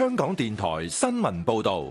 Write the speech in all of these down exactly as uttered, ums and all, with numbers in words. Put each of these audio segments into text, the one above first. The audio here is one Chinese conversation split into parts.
香港電台新聞報道。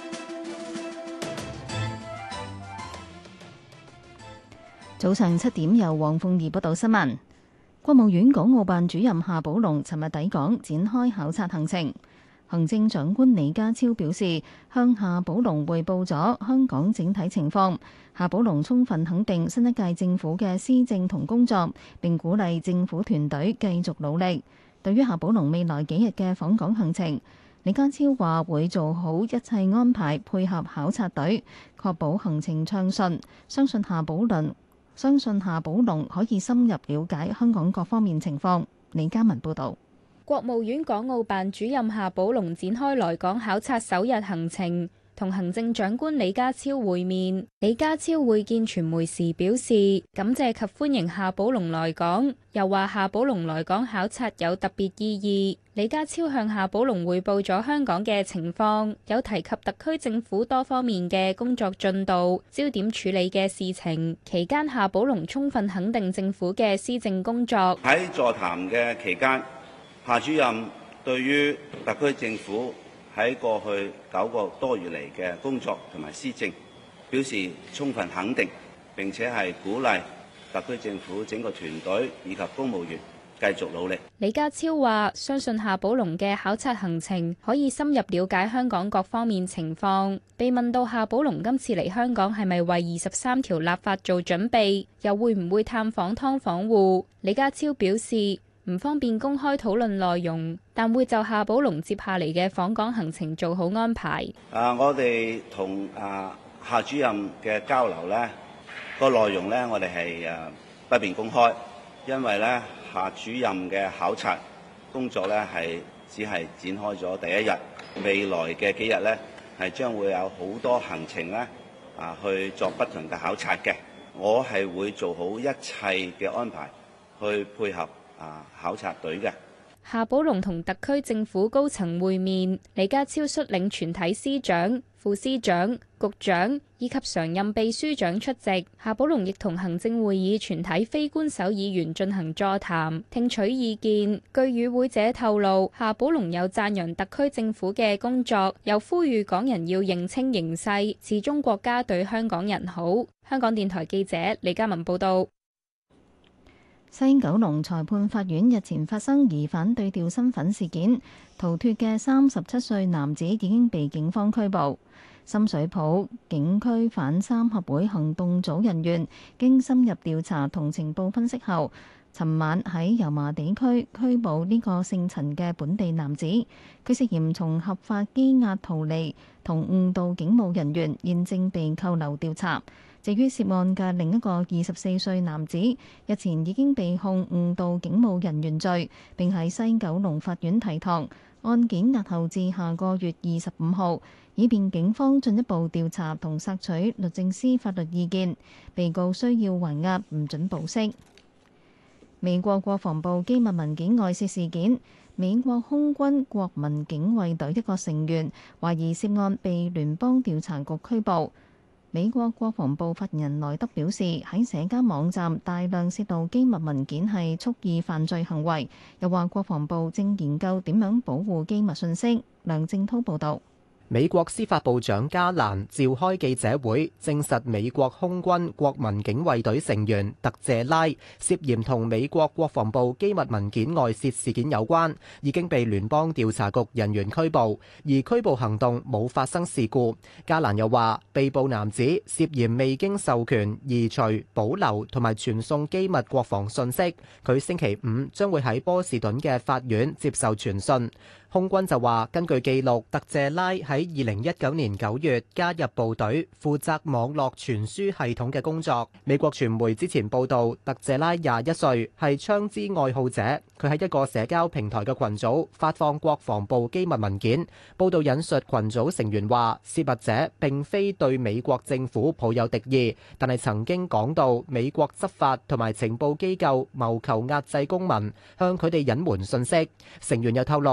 早上七點，由黃鳳儀報道新聞。國務院港澳辦主任夏寶龍尋日抵港，展開考察行程。行政長官李家超表示，向夏寶龍匯報咗香港整體情況。夏寶龍充分肯定新一屆政府嘅施政同工作，並鼓勵政府團隊繼續努力。對於夏寶龍未來幾日嘅訪港行程，李家超話會做好一切安排，配合考察隊，確保行程暢順。相信夏寶龍相信夏寶龍可以深入了解香港各方面情況。李嘉文報導。 國務院港澳辦主任夏寶龍展開來港考察首日行程，同行政長官李家超會面。李家超會見傳媒時表示，感謝及歡迎夏寶龍來港，又話夏寶龍來港考察有特別意義。李家超向夏寶龍匯報咗香港嘅情況，有提及特區政府多方面嘅工作進度、焦點處理嘅事情。期間，夏寶龍充分肯定政府嘅施政工作。 喺座談嘅期間，夏主任對於特區政府喺過去九個多月嚟嘅工作同埋施政表示充分肯定，並且係鼓勵特區政府整個團隊以及公務員繼續努力。 李家超話：相信夏寶龍嘅考察行程可以深入了解香港各方面情況。被問到夏寶龍今次嚟香港係咪為二十三條立法做準備，又會唔會探訪劏房戶，李家超表示唔方便公開討論內容，但會就夏寶龍接下嚟嘅訪港行程做好安排。 啊，我哋同啊夏主任嘅交流呢個內容呢，我哋係誒不便公開，因為呢夏主任嘅考察工作呢係只係展開咗第一日，未來嘅幾日呢係將會有好多行程呢啊去作不同嘅考察嘅，我係會做好一切嘅安排去配合啊考察隊嘅。 夏寶龍同特區政府高層會面，李家超率領全體司長、副司長、局長以及常任秘書長出席。夏寶龍亦同行政會議全體非官守議員進行座談，聽取意見。據與會者透露，夏寶龍有讚揚特區政府嘅工作，又呼籲港人要認清形勢，始終國家對香港人好。香港電台記者李嘉文報道。 西九龍裁判法院日前發生疑犯對調身份事件，逃脫嘅三十七歲男子已經被警方拘捕。深水埗警區反三合會行動組人員經深入調查同情報分析後，尋晚喺油麻地區拘捕呢個姓陳嘅本地男子，佢涉嫌從合法羈押逃離同誤導警務人員，現正被扣留調查。至於涉案嘅另一個二十四歲男子，日前已經被控誤導警務人員罪，並喺西九龍法院提堂，案件押後至下個月二十五號，以便警方進一步調查同索取律政司法律意見。被告需要還押，唔准保釋。美國國防部機密文件外泄事件，美國空軍國民警衛隊一個成員懷疑涉案，被聯邦調查局拘捕。美國國防部發言人萊德表示，喺社交網站大量泄露機密文件係蓄意犯罪行為，又話國防部正研究點樣保護機密信息。梁正滔報導。 美國司法部長加蘭召開記者會，證實美國空軍國民警衛隊成員特謝拉涉嫌同美國國防部機密文件外泄事件有關，已經被聯邦調查局人員拘捕，而拘捕行動冇發生事故。加蘭又話，被捕男子涉嫌未經授權移除、保留同埋傳送機密國防信息，佢星期五將會喺波士頓嘅法院接受傳訊。空軍就話，根據記錄，特謝拉喺二零一九年九月加入部隊，負責網絡傳輸系統嘅工作。美國傳媒之前報道，特謝拉廿一歲，係槍支愛好者。佢喺一個社交平台嘅群組發放國防部機密文件。報道引述群組成員話，泄密者並非對美國政府抱有敵意，但係曾經講到美國執法同埋情報機構謀求壓制公民，向佢哋隱瞞信息。成員又透露，泄密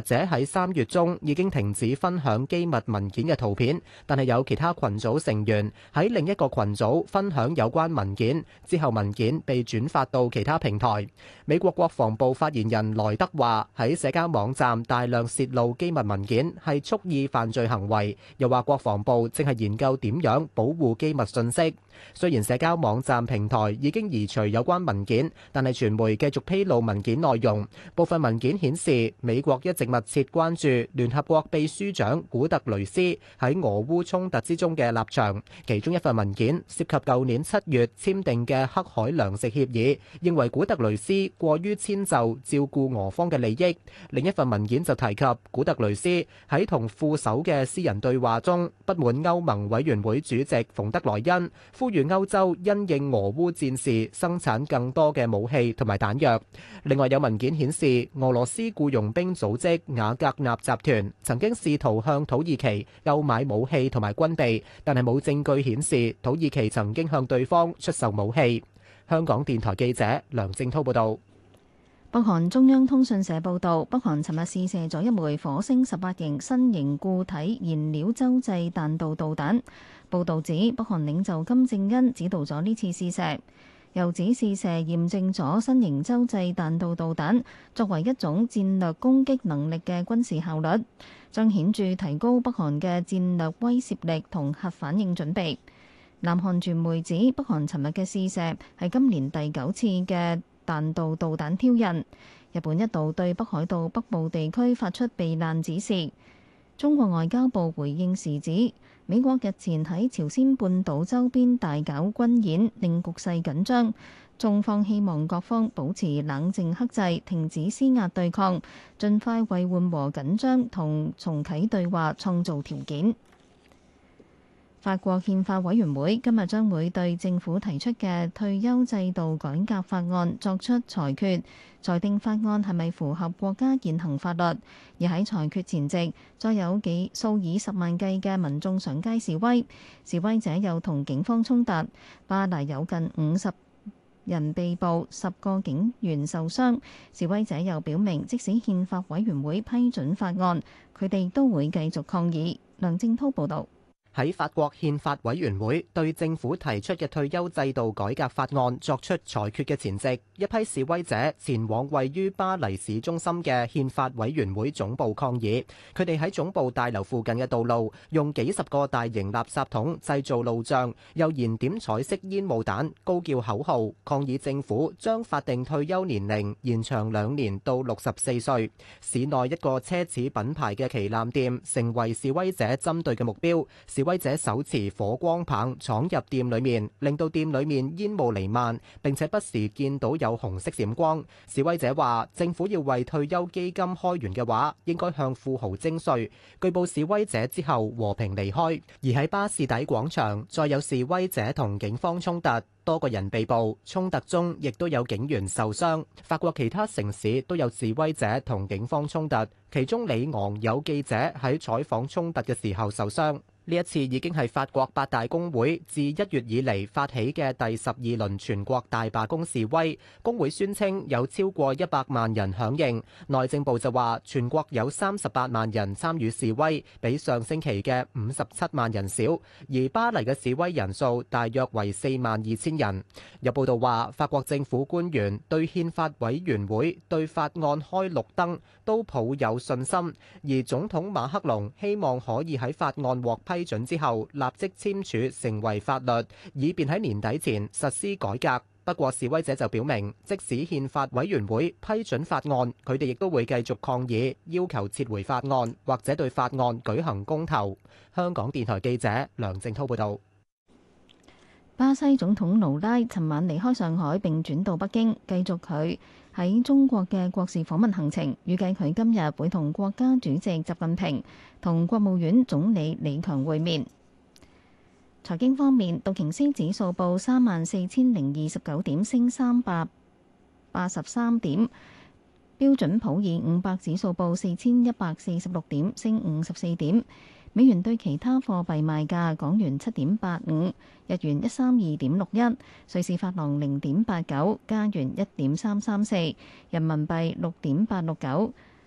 者喺三月中已經停止分享機密文件嘅圖片，但係有其他群組成員喺另一個群組分享有關文件，之後文件被轉發到其他平台。美國國防部發言人萊德話：喺社交網站大量泄露機密文件係蓄意犯罪行為，又話國防部正係研究點樣保護機密信息。雖然社交網站平台已經移除有關文件，但係傳媒繼續披露文件內容。部分文件顯示，美國一直密切關注聯合國秘書長古特雷斯喺俄烏衝突之中嘅立場。其中一份文件涉及舊年七月簽訂嘅黑海糧食協議，認為古特雷斯過於遷就照顧俄方嘅利益。另一份文件就提及古特雷斯喺同副手嘅私人對話中，不滿歐盟委員會主席馮德萊恩呼籲歐洲因應俄烏戰事生產更多嘅武器同埋彈藥。另外有文件顯示，俄羅斯僱傭兵組織瓦格納集團曾經試圖向土耳其購買武器同埋軍備，但係冇證據顯示土耳其曾經向對方出售武器。香港電台記者梁正滔報導。 北韓中央通訊社報導，北韓尋日試射咗一枚火星十八型新型固體燃料洲際彈道導彈。報導指，北韓領袖金正恩指導咗呢次試射，又指試射驗證咗新型洲際彈道導彈作為一種戰略攻擊能力嘅軍事效率，將顯著提高北韓嘅戰略威懾力同核反應準備。南韓傳媒指，北韓尋日嘅試射係今年第九次嘅彈道導彈挑釁。日本一度對北海道北部地區發出避難指示。中國外交部回應時指，美國日前喺朝鮮半島周邊大搞軍演，令局勢緊張。中方希望各方保持冷靜克制，停止施壓對抗，盡快為緩和緊張同重啟對話創造條件。法國憲法委員會今日將會對政府提出嘅退休制度改革法案作出裁決，裁定法案係咪符合國家現行法律。而喺裁決前夕，再有幾數以十萬計嘅民眾上街示威，示威者又同警方衝突。巴黎有近五十人被捕，十個警員受傷。示威者又表明，即使憲法委員會批准法案，佢哋都會繼續抗議。梁正滔報導。 喺法國憲法委員會對政府提出嘅退休制度改革法案作出裁決嘅前夕，一批示威者前往位於巴黎市中心嘅憲法委員會總部抗議。佢哋喺總部大樓附近嘅道路用幾十個大型垃圾桶製造路障，又燃點彩色煙霧彈，高叫口號，抗議政府將法定退休年齡延長兩年到六十四歲。市內一個奢侈品牌嘅旗艦店成為示威者針對嘅目標。示威者手持火光棒闖入店裏面，令到店裏面煙霧瀰漫，並且不時見到有紅色閃光。示威者話，政府要為退休基金開源嘅話，應該向富豪徵稅。據報示威者之後和平離開。而喺巴士底廣場，再有示威者同警方衝突，多個人被捕，衝突中亦都有警員受傷。法國其他城市都有示威者同警方衝突，其中里昂有記者喺採訪衝突嘅時候受傷。呢一次已經係法國八大工會自一月以嚟發起嘅第十二輪全國大罷工示威。工會宣稱有超過一百萬人響應。內政部就話全國有三十八萬人參與示威，比上星期嘅五十七萬人少。而巴黎嘅示威人數大約為四萬二千人。有報道話，法國政府官員對憲法委員會對法案開綠燈都抱有信心，而總統馬克龍希望可以喺法案獲批准之後立即簽署成為法律，以便喺年底前實施改革。不過示威者就表明，即使憲法委員會批准法案，佢哋亦都會繼續抗議，要求撤回法案或者對法案舉行公投。香港電台記者梁正滔報導。 巴西總統盧拉尋晚離開上海並轉到北京，繼續佢喺中國嘅國事訪問行程。預計佢今日會同國家主席習近平同國務院總理李強會面。財經方面，道瓊斯指數報三萬四千零二十九點，升三百八十三點；標準普爾五百指數報四千一百四十六點，升五十四點。美元對其他貨幣賣價：港元七點八五，日元一三二點六一，瑞士法郎零點八九，加元一點三三四，人民幣六點八六九，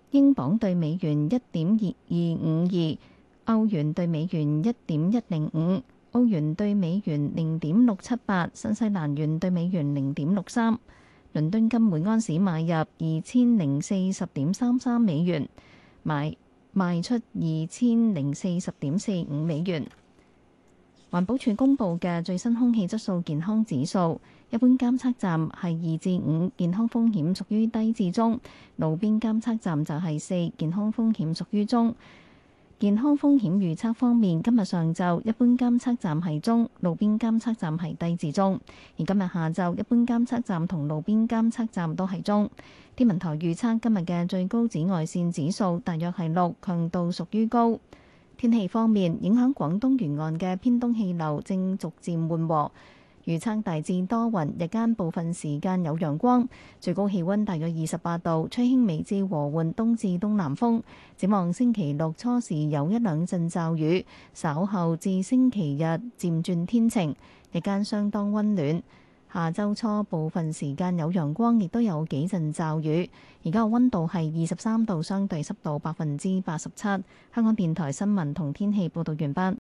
英鎊對美元一點二二五二，歐元對美元一點一零五，澳元對美元零點六七八，新西蘭元對美元零點六三。倫敦金每安士買入二千零四十點三三美元，買賣出二千零四十點四五美元。環保署公布嘅最新空氣質素健康指數，一般監測站係二至五，健康風險屬於低至中；路邊監測站就係四，健康風險屬於中。健康風險預測方面，今日上晝一般監測站係中，路邊監測站係低至中；而今日下晝一般監測站同路邊監測站都係中。天文台預測今日嘅最高紫外線指數大約係六，強度屬於高。天氣方面，影響廣東沿岸嘅偏東氣流正逐漸緩和，預測大致多雲，日間部分時間有陽光，最高氣溫大約二十八度，吹輕微至和緩東至東南風。展望星期六初時有一兩陣驟雨，稍後至星期日漸轉天晴，日間相當溫暖。下週初部分時間有陽光，亦都有幾陣驟雨。而家嘅溫度係二十三度，相對濕度百分之八十七。香港電台新聞同天氣報導完畢。